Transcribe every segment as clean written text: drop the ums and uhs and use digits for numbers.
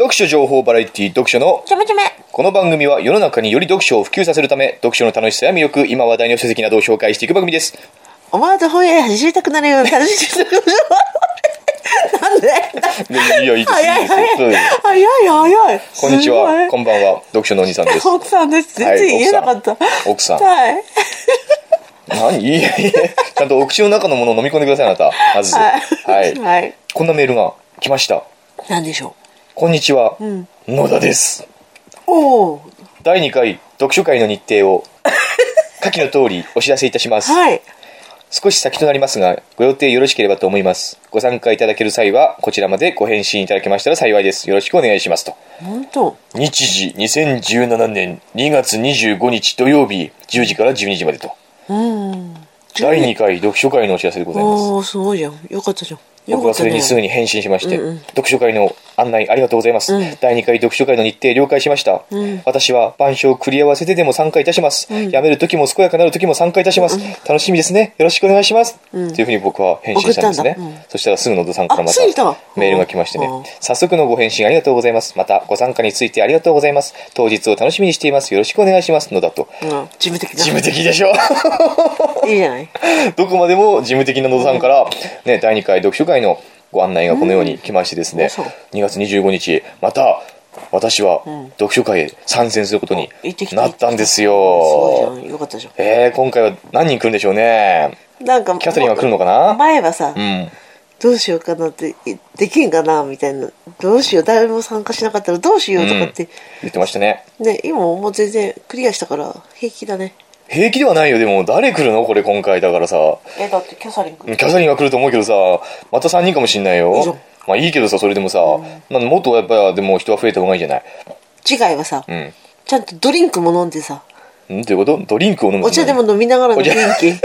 読書情報バラエティ読書のちょめちょめ。 この番組は世の中により読書を普及させるため、読書の楽しさや魅力、今話題の書籍などを紹介していく番組です。 思わず本屋に走りたくなるような楽しいなんでいや、いいです。 早い早いそうです早い早い。 こんにちは、こんばんは、読書のお兄さんです。 奥さんです。全然言えなかった。 奥さん。 はい。 何いやいや、ちゃんとお口の中のものを飲み込んでください、あなた。まず。はい。 はい。 こんなメールが来ました。 何でしょこんにちは、野田です。 おー。 第2回読書会の日程を下記の通りお知らせいたします。 はい。 少し先となりますが、ご予定よろしければと思います。ご参加いただける際は、こちらまでご返信いただけましたら幸いです。よろしくお願いしますと。 本当。 日時2017年2月25日土曜日10時から12時までと。第2回読書会のお知らせでございます。 おー、すごいじゃん。よかったじゃん。 僕はそれにすぐに返信しまして、読書会の案内ありがとうございます、第2回読書会の日程了解しました、私は板書を繰り合わせてでも参加いたします、やめる時も健やかなる時も参加いたします、楽しみですね、よろしくお願いします、というふうに僕は返信したんですね、そしたらすぐ野田さんからまたメールが来ましてね、早速のご返信ありがとうございます、またご参加についてありがとうございます、当日を楽しみにしています、よろしくお願いします、野田と、 事務的な。 事務的でしょいいじゃない。 どこまでも事務的な野田さんから、ね、第2回読書会のご案内がこのように来ましてですね、2月25日また私は読書会へ参戦することになったんですよ。 そうじゃん、よかったじゃん。 今回は何人来るんでしょうね。 なんかキャサリンは来るのかな。 前はさ、どうしようかなってできんかなみたいな、どうしよう誰も参加しなかったらどうしようとかって、 言ってましたね。 ね、今もう全然クリアしたから平気だね。 平気ではないよ。でも誰来るのこれ今回だからさ。 だってキャサリン来る。 キャサリンが来ると思うけどさ、また3人かもしんないよ。まあいいけどさ、それでもさ、もっとやっぱりでも人は増えた方がいいんじゃない。 次回はさ、ちゃんとドリンクも飲んでさ。 どういうこと？ドリンクを飲む。 お茶でも飲みながらの元気。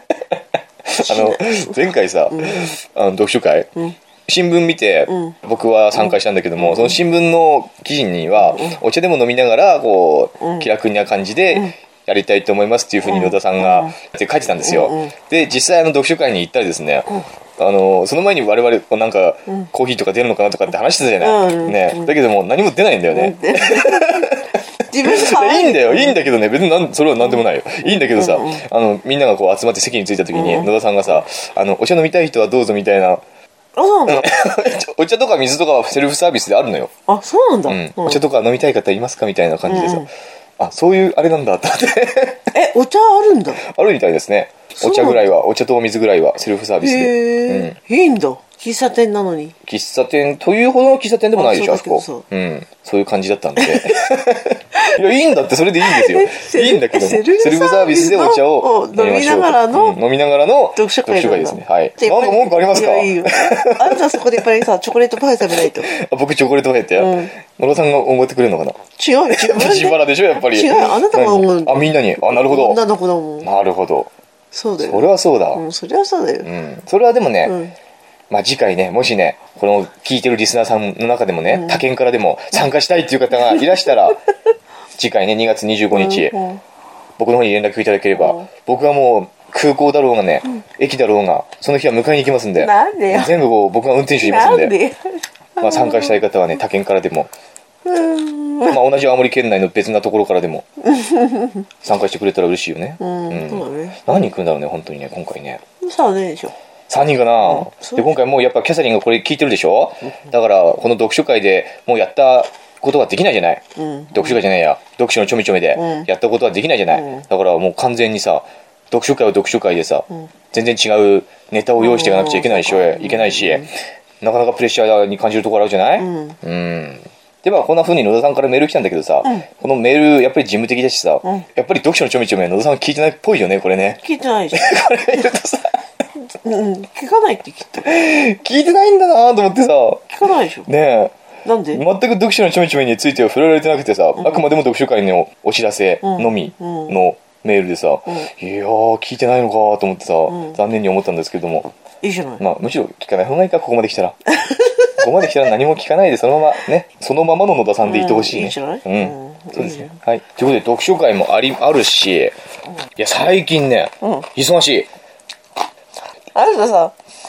前回さ、読書会、新聞見て、僕は参加したんだけども、その新聞の記事には、お茶でも飲みながらこう、気楽な感じでやりたいと思いますっていうふうに野田さんが書いてたんですよ。で実際読書会に行ったらですね、その前に我々なんか、コーヒーとか出るのかなとかって話してたじゃない、ね、だけども何も出ないんだよね。 自分いいんだよ、いいんだけどね、別にそれは何でもないよ、いいんだけどさ、みんながこう集まって席に着いた時に、野田さんがさ、お茶飲みたい人はどうぞみたいな。 そうなんだ。 お茶とか水とかはセルフサービスであるのよ。 あ、そうなんだ、 お茶とか飲みたい方いますかみたいな感じでさ、そういうあれなんだってお茶あるんだ。 あるみたいですね。お茶ぐらいは、お茶とお水ぐらいはセルフサービスで。 いいんだ。喫茶店なのに。 喫茶店というほどの喫茶店でもないでしょ、あそこ。そういう感じだったんで。いや、いいんだって、それでいいんですよ。いいんだけども、セルフサービスでお茶を飲みながらの読書会ですね。はい。なんか文句ありますか？ いいよ。あんたそこでやっぱりさ、チョコレートパイ食べないと。 僕チョコレートパイって野呂さんがおごってくれるのかな。 違うよ、 自腹でしょ、やっぱり。 違う、あなたが思う。 みんなに。なるほど。 女の子だもん。 なるほど。 そうだよ。 それはそうだ。 それはそうだよ。 それはでもね、次回ね、もしね、この聞いてるリスナーさんの中でもね、他県からでも参加したいっていう方がいらしたら、次回ね、2月25日、僕の方に連絡いただければ、僕はもう空港だろうがね、駅だろうが、その日は迎えに行きますんで、 なんでよ。 全部僕が運転手いますんで、参加したい方はね、他県からでも、同じ青森県内の別なところからでも参加してくれたら嬉しいよね。何人来るんだろうね、本当にね、今回ね。 3人でしょ。 3人かな、で今回もうやっぱキャサリンがこれ聞いてるでしょ、だからこの読書会でもうやったことができないじゃない、読書会じゃないや、読書のちょめちょめでやったことはできないじゃない、だからもう完全にさ、読書会は読書会でさ、全然違うネタを用意していかなくちゃいけないし、なかなかプレッシャーに感じるところあるじゃない。でこんな風に野田さんからメール来たんだけどさ、このメールやっぱり事務的だしさ、やっぱり読書のちょめちょめ野田さんは聞いてないっぽいよね、これね。 聞いてないじゃん。 これ見るとさ聞かないってきっと。 聞いてないんだなと思ってさ。 聞かないでしょ。 ねえ。なんで？ 全く読書のちょめちょめについては触れられてなくてさ、あくまでも読書会のお知らせのみのメールでさ、いやー聞いてないのかと思ってさ、残念に思ったんですけども。 いいじゃない。 むしろ聞かない方がいいか、ここまで来たら。ここまで来たら何も聞かないでそのままね、そのままの野田さんでいてほしいね。 いいじゃない。 そうですね。はい。ということで読書会もあるし、いや最近ね、忙しい。 あなたさ、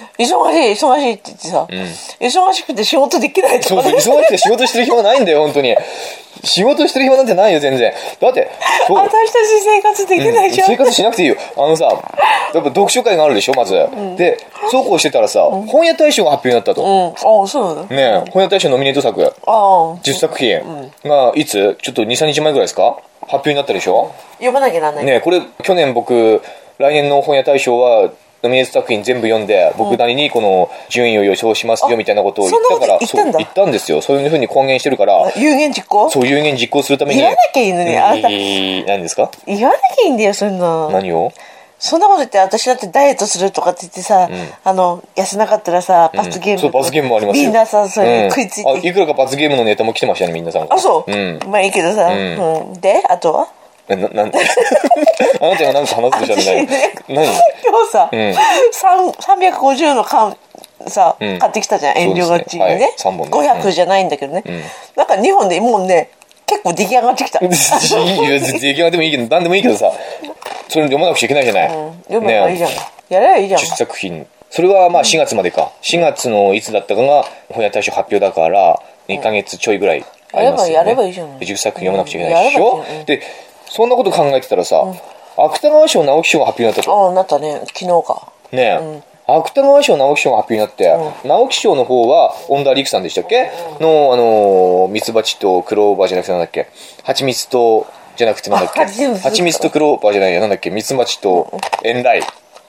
忙しいって言ってさ、忙しくて仕事できないとか、 そう、忙しくて仕事してる暇ないんだよ、本当に。仕事してる暇なんてないよ、全然。だって、そう。 私たち生活できないじゃん。 生活しなくていいよ。やっぱ読書会があるでしょ、まず。で、そうこうしてたらさ、本屋大賞が発表になったと。 ああ、そうなのねえ、本屋大賞ノミネート作、10作品が、いつちょっと2、3日前ぐらいですか発表になったでしょ。 読まなきゃならない。 ねえ、これ、去年僕、来年の本屋大賞は、ノミネート作品全部読んで、僕なりにこの順位を予想しますよみたいなことを言ったから、 そう言ったんですよ。そういうふうに公言してるから、 有言実行？ そう、有言実行するために。 言わなきゃいいのに、あなた。 何ですか？ 言わなきゃいいんだよ、そんな。 何を？ そんなこと言って、私だってダイエットするとかって言ってさ、痩せなかったらさ、罰ゲーム。 そう、罰ゲームもありますよ。 みんなさ、それ食いついて。 いくらか罰ゲームのネタも来てましたね、みんなさん。 あ、そう。まあいいけどさ。で、あとはあなたが何か話すでしょ、何？ 今日さ、350の缶さ、買ってきたじゃん、遠慮がちにね。500じゃないんだけどね。なんか2本でもうね、結構出来上がってきた。 出来上がってもいいけど、何でもいいけどさ、それ読まなくちゃいけないじゃない。 読めばいいじゃん。やればいいじゃん。 10作品。それはまあ4月までか。4月のいつだったかが本屋大賞発表だから、2ヶ月ちょいぐらいありますよね。 やればいいじゃん。 10作品読まなくちゃいけないでしょ。で、そんなこと考えてたらさ、芥川賞直木賞が発表になったと。 ああ、なったね。昨日か。 ねえ。芥川賞直木賞が発表になって、直木賞の方は恩田陸さんでしたっけの、ミツバチとクローバーじゃなくてなんだっけ、蜂蜜とじゃなくてなんだっけ、蜂蜜とクローバーじゃないや、なんだっけ、ミツバチと遠雷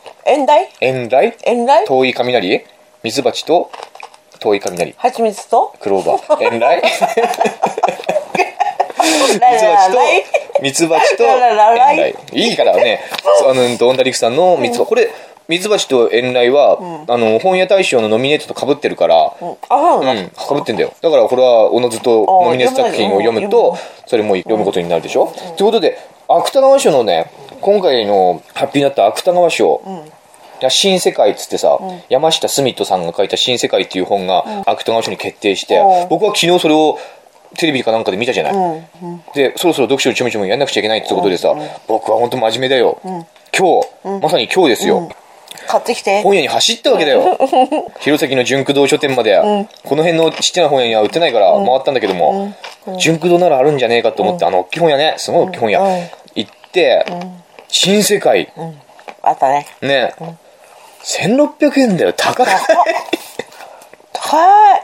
遠い雷、ミツバチと遠い雷、 蜂蜜とクローバー、遠雷ミツバチと遠雷、いいからね、恩田陸さんのミツバチ、これミツバチと遠雷は、本屋大賞のノミネートと被ってるから、被ってんだよ。だからこれはおのずとノミネート作品を読むと、それも読むことになるでしょ。ということで、芥川賞のね、今回の発表になった芥川賞、新世界っつってさ、山下純人さんが書いた新世界っていう本が芥川賞に決定して、僕は昨日それをテレビかなんかで見たじゃない。で、そろそろ読書をちょめちょめやんなくちゃいけないってことでさ、僕は本当真面目だよ。今日、まさに今日ですよ。 買ってきて。 本屋に走ったわけだよ。弘前の純駆動書店まで、この辺のちっちゃな本屋には売ってないから回ったんだけども、純駆動ならあるんじゃねえかと思って、大きい本屋ね、すごい大きい本屋、行って、新世界。 あったね。 ね。1600円だよ、高い。 高い。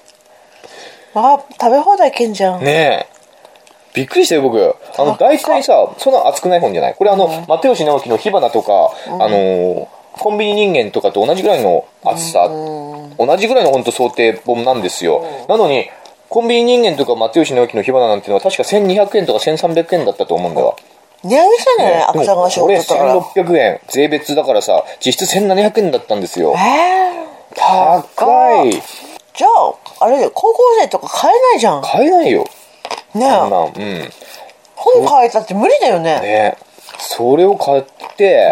食べ放題いけんじゃん。 ねえ。びっくりしたよ、僕。大体さ、そんな熱くない本じゃない。これ又吉直樹の火花とか、コンビニ人間とかと同じぐらいの厚さ、同じぐらいの本当想定本なんですよ。なのに、コンビニ人間とか又吉直樹の火花なんていうのは確か1200円とか1300円だったと思うんだわ。 値上げしたね、芥川賞だったから。 これ1600円、税別だからさ、実質1700円だったんですよ。高い。 じゃあ、あれだよ、高校生とか買えないじゃん。 買えないよ。 ねえ。本買えたって無理だよね。 ね、それを買って、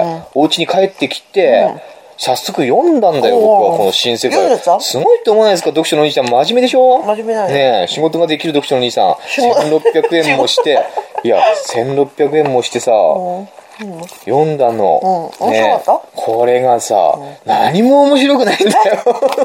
お家に帰ってきて、早速読んだんだよ、僕はこの新世界。すごいと思わないですか、読書のお兄さん。真面目でしょ。 真面目だね。仕事ができる読書のお兄さん。1600円もして、いや、1600円もしてさ、読んだの。 面白かった？ これがさ、何も面白くないんだよ。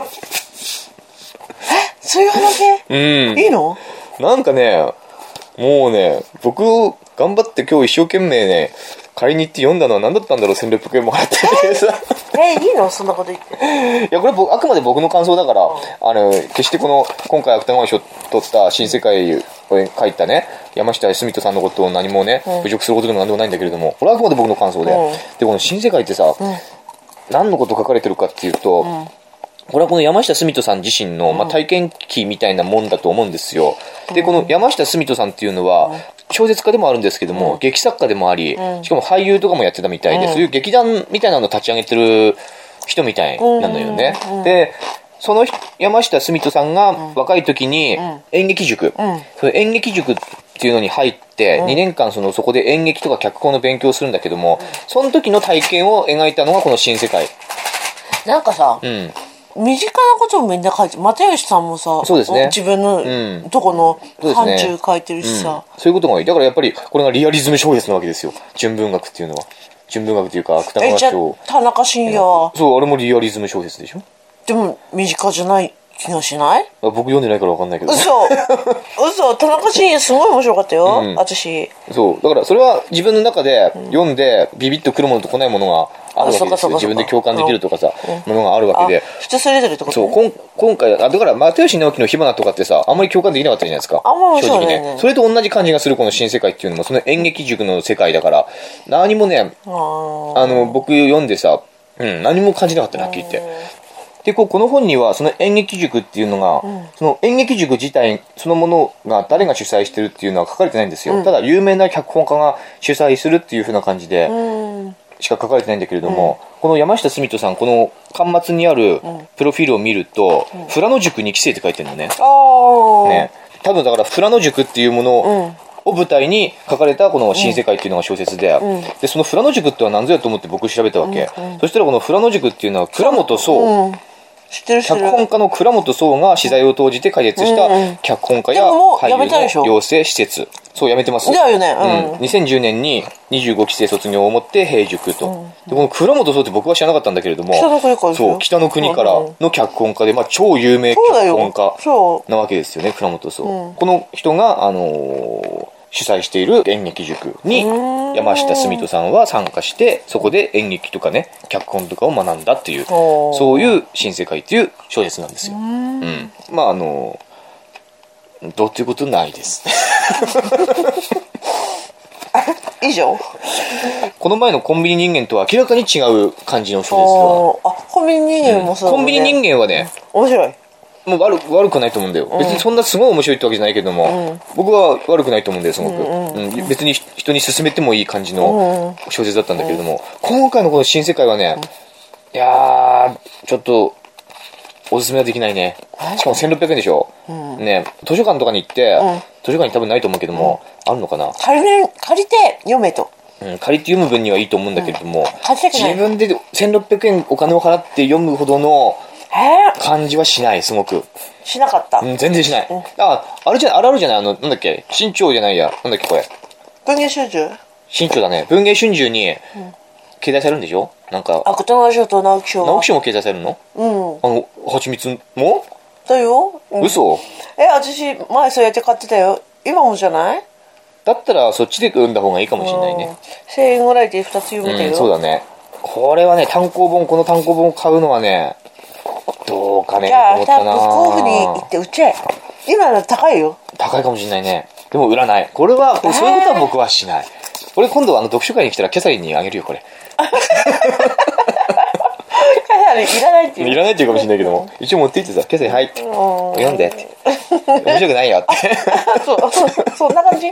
そういう話？いいの？ なんかね、もうね、僕、頑張って今日一生懸命ね、買いに行って読んだのは何だったんだろう、1600円も払ってさ。 いいのそんなこと言って。 いや、これあくまで僕の感想だから、決して今回芥川賞取った新世界を書いたね、山下純人さんのことを何もね、侮辱することでも何でもないんだけれども、これはあくまで僕の感想で。で、この新世界ってさ、何のこと書かれてるかっていうと、これはこの山下純人さん自身の、体験記みたいなもんだと思うんですよ。で、この山下純人さんっていうのは、小説家でもあるんですけども、劇作家でもあり、しかも俳優とかもやってたみたいで、そういう劇団みたいなのを立ち上げてる人みたいなのよね。で、その山下純人さんが若い時に演劇塾、その演劇塾っていうのに入って、2年間そこで演劇とか脚本の勉強をするんだけども、その時の体験を描いたのがこの新世界。 なんかさ、身近なこともみんな書いて、又吉さんもさ、 そうですね、 自分のとこの範疇書いてるしさ、 そういうことがいい。だからやっぱりこれがリアリズム小説なわけですよ、純文学っていうのは。 純文学というか芥川賞。 田中伸也。 そう、あれもリアリズム小説でしょ。 でも身近じゃない気がしない？ 僕読んでないから分かんないけど。 嘘。田中伸也すごい面白かったよ、私。 そうだからそれは自分の中で読んでビビッとくるものと来ないものがあるわけですよ。自分で共感できるとかさ、ものがあるわけで、 人それぞれってことね。 そう今回だから又吉直樹の火花とかってさ、あんまり共感できなかったじゃないですか。正直ね。それと同じ感じがするこの新世界っていうのもその演劇塾の世界だから、何もね、僕読んでさ、何も感じなかったね、はっきり言って。でこの本にはその演劇塾っていうのが、その演劇塾自体そのものが誰が主催してるっていうのは書かれてないんですよ、ただ有名な脚本家が主催するっていう風な感じでしか書かれてないんだけれども、この山下純人さん、この巻末にあるプロフィールを見ると、富良野塾2期生って書いてるのね。ね、多分だから富良野塾っていうものを舞台に書かれたこの新世界っていうのが小説で、でその富良野塾ってのは何ぞやと思って僕調べたわけ、そしたらこの富良野塾っていうのは倉本壮、脚本家の倉本壮が私財を投じて開発した脚本家や俳優の養成施設。そう、辞めてます。 だよね。 2010年に25期生卒業をもって閉塾と。でこの倉本壮って僕は知らなかったんだけれども、北の国からの脚本家で、超有名脚本家なわけですよね、倉本壮。この人が主催している演劇塾に山下純人さんは参加して、そこで演劇とかね、脚本とかを学んだっていう、そういう新世界っていう小説なんですよ。どうっていうことないです以上。 この前のコンビニ人間とは明らかに違う感じの小説は。コンビニ人間もそうだね。 コンビニ人間はね、 面白い。 もう悪くないと思うんだよ。別にそんなすごい面白いってわけじゃないけども、僕は悪くないと思うんだよ、すごく。別に人に勧めてもいい感じの小説だったんだけれども、今回のこの新世界はね、いやー、ちょっとおすすめはできないね。しかも1600円でしょ。ね、図書館とかに行って、図書館に多分ないと思うけども、あるのかな。 借りて読めと。 借りて読む分にはいいと思うんだけれども、自分で1600円お金を払って読むほどの感じはしない、すごく。 しなかった。 全然しない。あれじゃない、あるじゃない、なんだっけ、新潮じゃないや、なんだっけこれ。 文藝春秋？ 新潮だね。文藝春秋に掲載されるんでしょ、なんか。 芥川賞と直木賞。 直木賞も掲載されるの？蜂蜜も？ だよ。 嘘？ 私前そうやって買ってたよ。今もじゃない？ だったらそっちで読んだ方がいいかもしれないね。 1000円ぐらいで2つ読めたよ。 そうだね。これはね、この単行本を買うのはね、どうかねと思ったな。じゃあブックオフに行って売っちゃえ。今の高いよ。 高いかもしれないね。でも売らない。これはそういうことは僕はしない。俺今度読書会に来たらキャサリンにあげるよ、これ。 いらないっていう。 いらないっていうかもしれないけども、一応持って行ってさ、キャサリン、はい、読んでって。面白くないよって。 そんな感じ。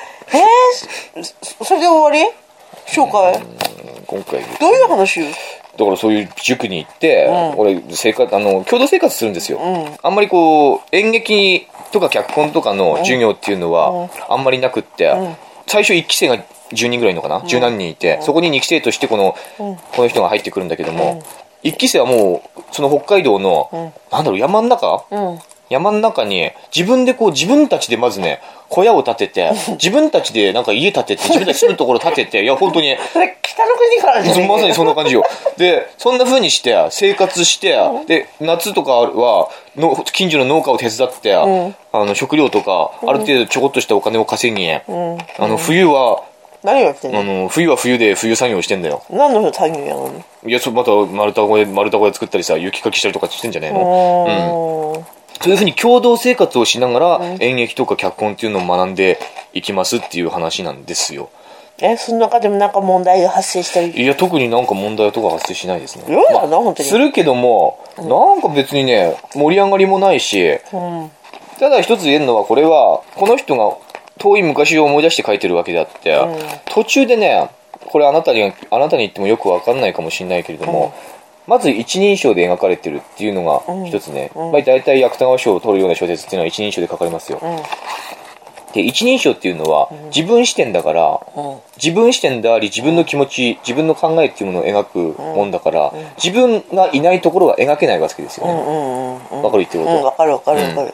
それで終わり？紹介。 今回どういう話？ だからそういう塾に行って、俺共同生活するんですよ。あんまりこう演劇とか脚本とかの授業っていうのはあんまりなくって、最初1期生が10人ぐらいいるのかな、10何人いて、そこに2期生としてこの人が入ってくるんだけども、1期生はもうその北海道の、山の中に自分たちでまずね、小屋を建てて、自分たちでなんか家建てて、自分たち住むところ建てて、いや本当に北の国からじゃねえ。 まさにそんな感じよ。でそんな風にして生活して、で夏とかは近所の農家を手伝って、食料とかある程度ちょこっとしたお金を稼ぎ、冬は何をやってんの？ 冬は冬で冬作業してんだよ。 何の作業やのに？ いや、また丸太小屋作ったりさ、雪かきしたりとかしてんじゃないの？そういうふうに共同生活をしながら、演劇とか脚本っていうのを学んでいきますっていう話なんですよ。 その中でもなんか問題が発生したり？ いや、特になんか問題とか発生しないですね。 本当に。 するけども、なんか別にね、盛り上がりもないし、ただ一つ言えるのは、これは、この人が遠い昔を思い出して書いてるわけであって、途中でね、これあなたに言ってもよくわかんないかもしれないけれども、まず一人称で描かれてるっていうのが一つね、大体芥川賞を取るような小説っていうのは一人称で書かれますよ。で一人称っていうのは自分視点だから、自分視点であり自分の気持ち、自分の考えっていうものを描くもんだから、自分がいないところは描けないわけですよね。わかるってこと？ わかる。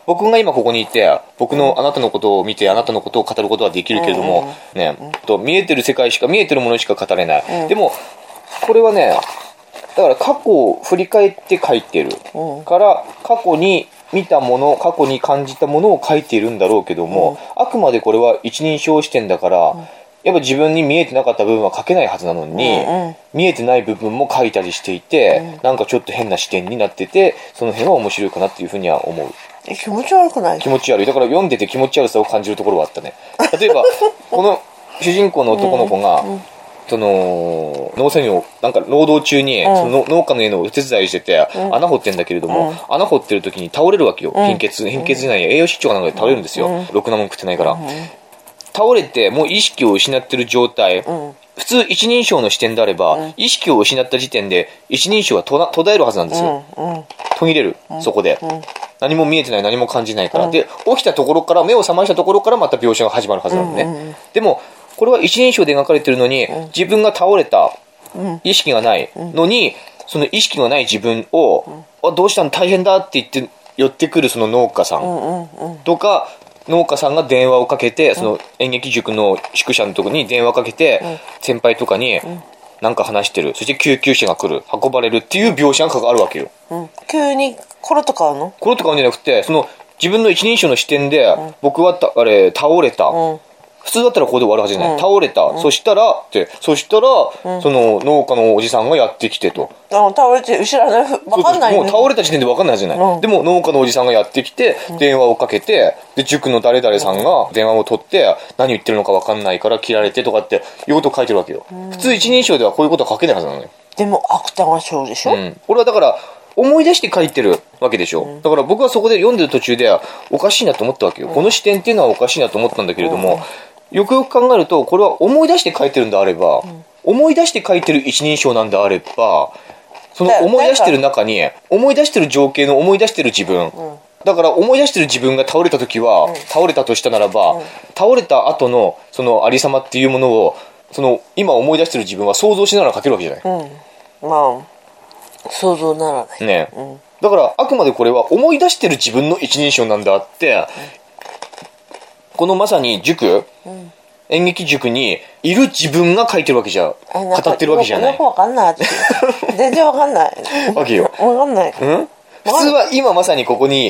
僕が今ここにいて僕のあなたのことを見てあなたのことを語ることはできるけれども、ね、見えてる世界しか見えてるものしか語れない、でもこれはねだから過去を振り返って書いてるから過去に見たもの過去に感じたものを書いているんだろうけども、あくまでこれは一人称視点だから、やっぱ自分に見えてなかった部分は書けないはずなのに、見えてない部分も書いたりしていて、なんかちょっと変な視点になっててその辺は面白いかなっていうふうには思う。 気持ち悪くない？ 気持ち悪い。だから読んでて気持ち悪さを感じるところはあったね。例えばこの主人公の男の子が、その農作業なんか労働中に、その農家の家のお手伝いしてて、穴掘ってんだけれども、穴掘ってる時に倒れるわけよ、貧血じゃない栄養失調かなんかで倒れるんですよ、ろくなもん食ってないから、倒れてもう意識を失ってる状態、普通一人称の視点であれば、意識を失った時点で一人称は途絶えるはずなんですよ、途切れる、そこで、何も見えてない何も感じないから、で起きたところから目を覚ましたところからまた描写が始まるはずなのね、でもこれは一人称で描かれてるのに、自分が倒れた、意識がないのに、その意識がない自分を、どうしたの大変だって言って寄ってくるその農家さんとか、農家さんが電話をかけて、その演劇塾の宿舎のところに電話をかけて、先輩とかに何か話してる、そして救急車が来る、運ばれるっていう描写があるわけよ、 急にコロとかあるの？ コロとかあるんじゃなくて、その自分の一人称の視点で、僕は倒れた、普通だったらここで終わるはずじゃない、倒れた、そしたらその農家のおじさんがやってきてと、 倒れて後ろで分かんない、 もう倒れた時点で分かんないはずじゃない、でも農家のおじさんがやってきて、電話をかけて、で塾の誰々さんが電話を取って何言ってるのか分かんないから切られてとかっていうことを書いてるわけよ、普通一人称ではこういうことは書けないはずなのよ。 でも芥川賞でしょ、 俺はだから思い出して書いてるわけでしょ、だから僕はそこで読んでる途中でおかしいなと思ったわけよ、この視点っていうのはおかしいなと思ったんだけれども、よくよく考えるとこれは思い出して書いてるんであれば、思い出して書いてる一人称なんであれば、その思い出してる中に思い出してる情景の思い出してる自分、だから思い出してる自分が倒れた時は、倒れたとしたならば、倒れた後のそのありさまっていうものをその今思い出してる自分は想像しながら書けるわけじゃない、 まあ想像ならないね、だからあくまでこれは思い出してる自分の一人称なんだって、このまさに塾、演劇塾にいる自分が書いてるわけじゃ、語ってるわけじゃない。 よくわかんない全然わかんないわけよ。 わかんない、 普通は今まさにここにいい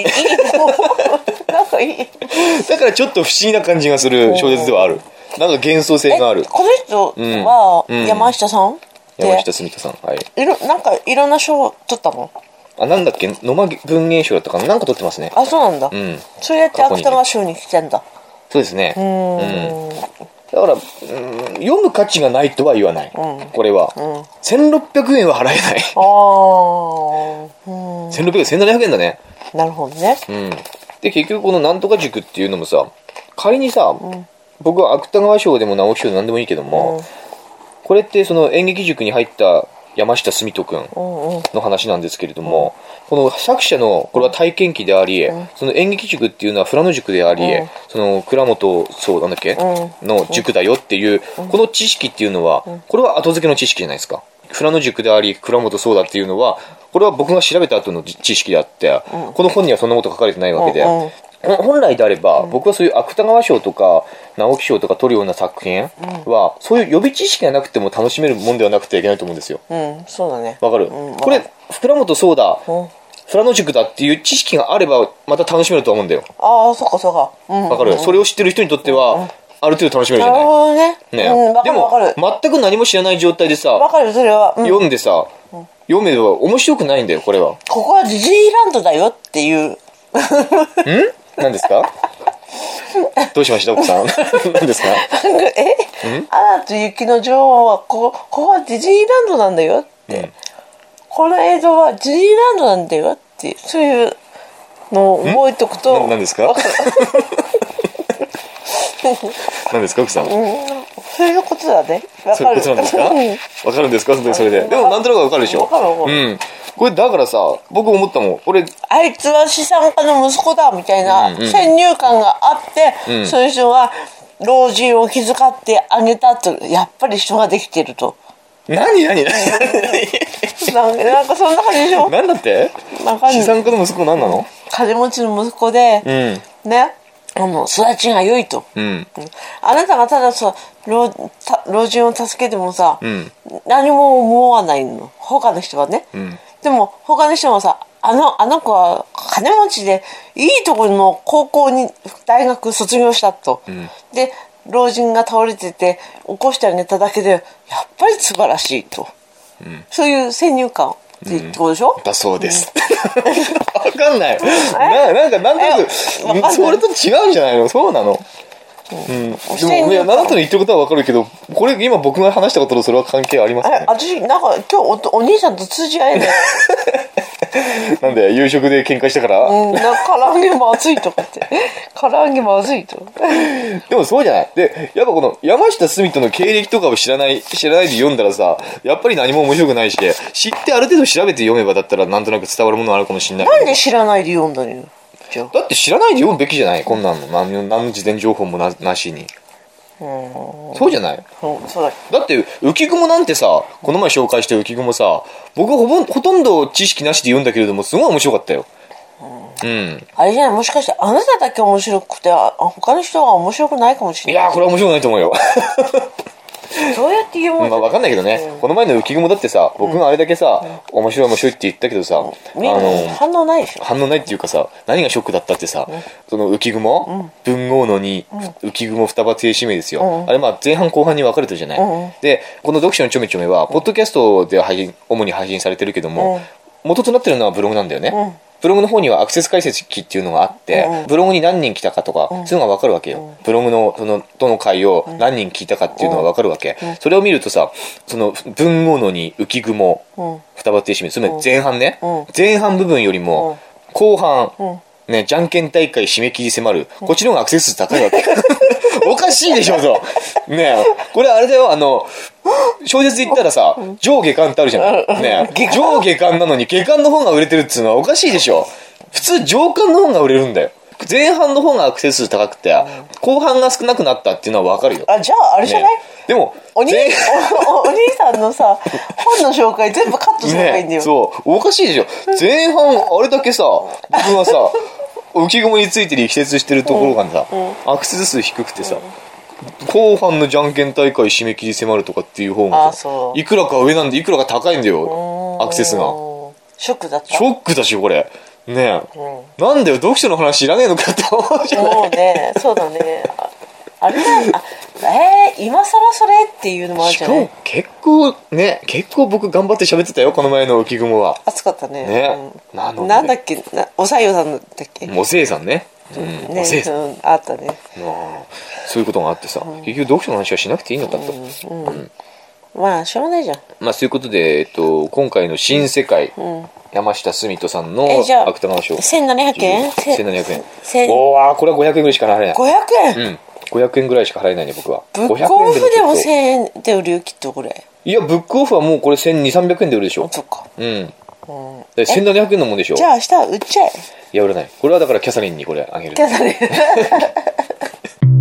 なんかいいだからちょっと不思議な感じがする小説ではある、なんか幻想性がある。 この人は山下さん、 山下純人さん、はい、 なんかいろんな賞取ったの？ なんだっけ、野間文芸賞だったかな、なんか取ってますね。 そうなんだ、そうやって芥川賞に来てんだ。 そうですね、だから、読む価値がないとは言わない、これは、1600円は払えない。1600円、1700円だね。 なるほどね、 で結局このなんとか塾っていうのもさ、仮にさ、僕は芥川賞でも直木賞でも何でもいいけども、これってその演劇塾に入った山下純人君の話なんですけれども、この作者のこれは体験記であり、その演劇塾っていうのは富良野塾であり、その倉本そうなんだっけ、の塾だよっていう、この知識っていうのは、これは後付けの知識じゃないですか。富良野塾であり倉本そうだっていうのは、これは僕が調べた後の知識であって、この本にはそんなこと書かれてないわけで、本来であれば、僕はそういう芥川賞とか直木賞とか取るような作品は、そういう予備知識がなくても楽しめるもんではなくてはいけないと思うんですよ。 そうだね。 わかる、これ倉本そうだ、富良野塾だっていう知識があればまた楽しめると思うんだよ。 そうかそうか。 わかる、それを知ってる人にとっては、ある程度楽しめるじゃない。 なるほどね。 でも全く何も知らない状態でさ、 わかる、それは、 読んでさ、読めば面白くないんだよ、これは。 ここはディズニーランドだよっていう何ですかどうしました奥さん何ですかアナと雪の女王はここはディズニーランドなんだよって、この映像はディズニーランドなんだよってそういうのを覚えておくと。 何ですか何ですか奥さん、 そういうことだね。 そういうことなんですかわかるんですか本当にそれで。でもなんとなくわかるでしょ。これだからさ、僕思ったもん、俺あいつは資産家の息子だみたいな先入観があって、そういう人が老人を気遣ってあげたと、やっぱり人ができてると。 何なんかそんな感じでしょ。 なんだって。資産家の息子何なの。 金持ちの息子で、ね、育ちが良いと、あなたがたださ老人を助けてもさ、何も思わないの、他の人はね、でも他の人もさ、あの子は金持ちでいいところの高校に大学卒業したと、で老人が倒れてて起こしてあげただけでやっぱり素晴らしいと、そういう先入観ってことでしょ。 だそうです。わかんない。なんとなくそれと違うんじゃないの。そうなの。でもいや、あなたの言ってることはわかるけど、これ今僕が話したこととそれは関係ありますね。 私なんか今日お兄さんと通じ合えない。 なんで夕食で喧嘩したから。 唐揚げまずいとかって唐揚げまずいと。 でもそうじゃない。でやっぱこの山下純人の経歴とかを知らないで読んだらさ、やっぱり何も面白くないし、知ってある程度調べて読めばだったらなんとなく伝わるものあるかもしれない。 なんで知らないで読んだのよ。 だって知らないで読むべきじゃない、こんなの。何の事前情報も なしに。そうじゃない。 そうだって浮雲なんてさ、この前紹介した浮雲さ、僕はほとんど知識なしで読んだけれどもすごい面白かったよ。 あれじゃない、もしかしてあなただけ面白くて他の人は面白くないかもしれない。 いやこれは面白くないと思うよ。 そうやって言うもん。 分かんないけどね、この前の浮雲だってさ、僕があれだけさ、面白いって言ったけどさ、 反応ないでしょ。 反応ないっていうかさ、何がショックだったってさ、その浮雲、文豪のに浮雲双葉亭指名ですよ、あれ前半後半に分かれてるじゃない、でこの読書のちょめちょめはポッドキャストで主に配信されてるけども、元となってるのはブログなんだよね、ブログの方にはアクセス解析機っていうのがあって、ブログに何人来たかとか、そういうのが分かるわけよ。ブログのどの回を何人聞いたかっていうのが分かるわけ。それを見るとさ、その文豪のに浮雲、双葉亭指名、つまり前半ね、前半部分よりも後半、ね、じゃんけん大会締め切り迫る、こっちの方がアクセス数高いわけ。おかしいでしょと。ねえ、これあれだよ、小説言ったらさ、上下巻ってあるじゃない。ねえ、上下巻なのに下巻の方が売れてるっていうのはおかしいでしょ。普通上巻の方が売れるんだよ。前半の方がアクセス数高くて、後半が少なくなったっていうのは分かるよ。 じゃああれじゃない、 でもお兄さんのさ本の紹介全部カットすればいいんだよ。 そうおかしいでしょ。前半あれだけさ、僕がさ浮雲について力説してるところがさ、アクセス数低くてさ、後半のじゃんけん大会締め切り迫るとかっていう方がさ、いくらか上なんでいくらか高いんだよ、アクセスが。 ショックだった。 ショックだしこれねえ、なんだよ読書の話知らねえのかって思うじゃない。 もうね、そうだね。あれだ、今更それっていうのもあるじゃない。 しかも結構僕頑張って喋ってたよ、この前の浮雲は。 暑かったね。 なんだっけ、おさよさんだっけ。 おせいさんね。 おせいさんあったね。 そういうことがあってさ、結局読書の話はしなくていいのかと。 まあしょうがないじゃん。 まあそういうことで今回の新世界、山下純人さんの芥川賞 1700円 1700円。おー、これは500円ぐらいしか払えない。 500円。 500円ぐらいしか払えないね僕は。 ブックオフでも1000円で売るよきっとこれ。 いやブックオフはもうこれ1200-300円で売るでしょ。 そっか。 1700円のもんでしょ。 じゃあ明日売っちゃえ。 いや売らない。これはだからキャサリンにこれあげる。 キャサリン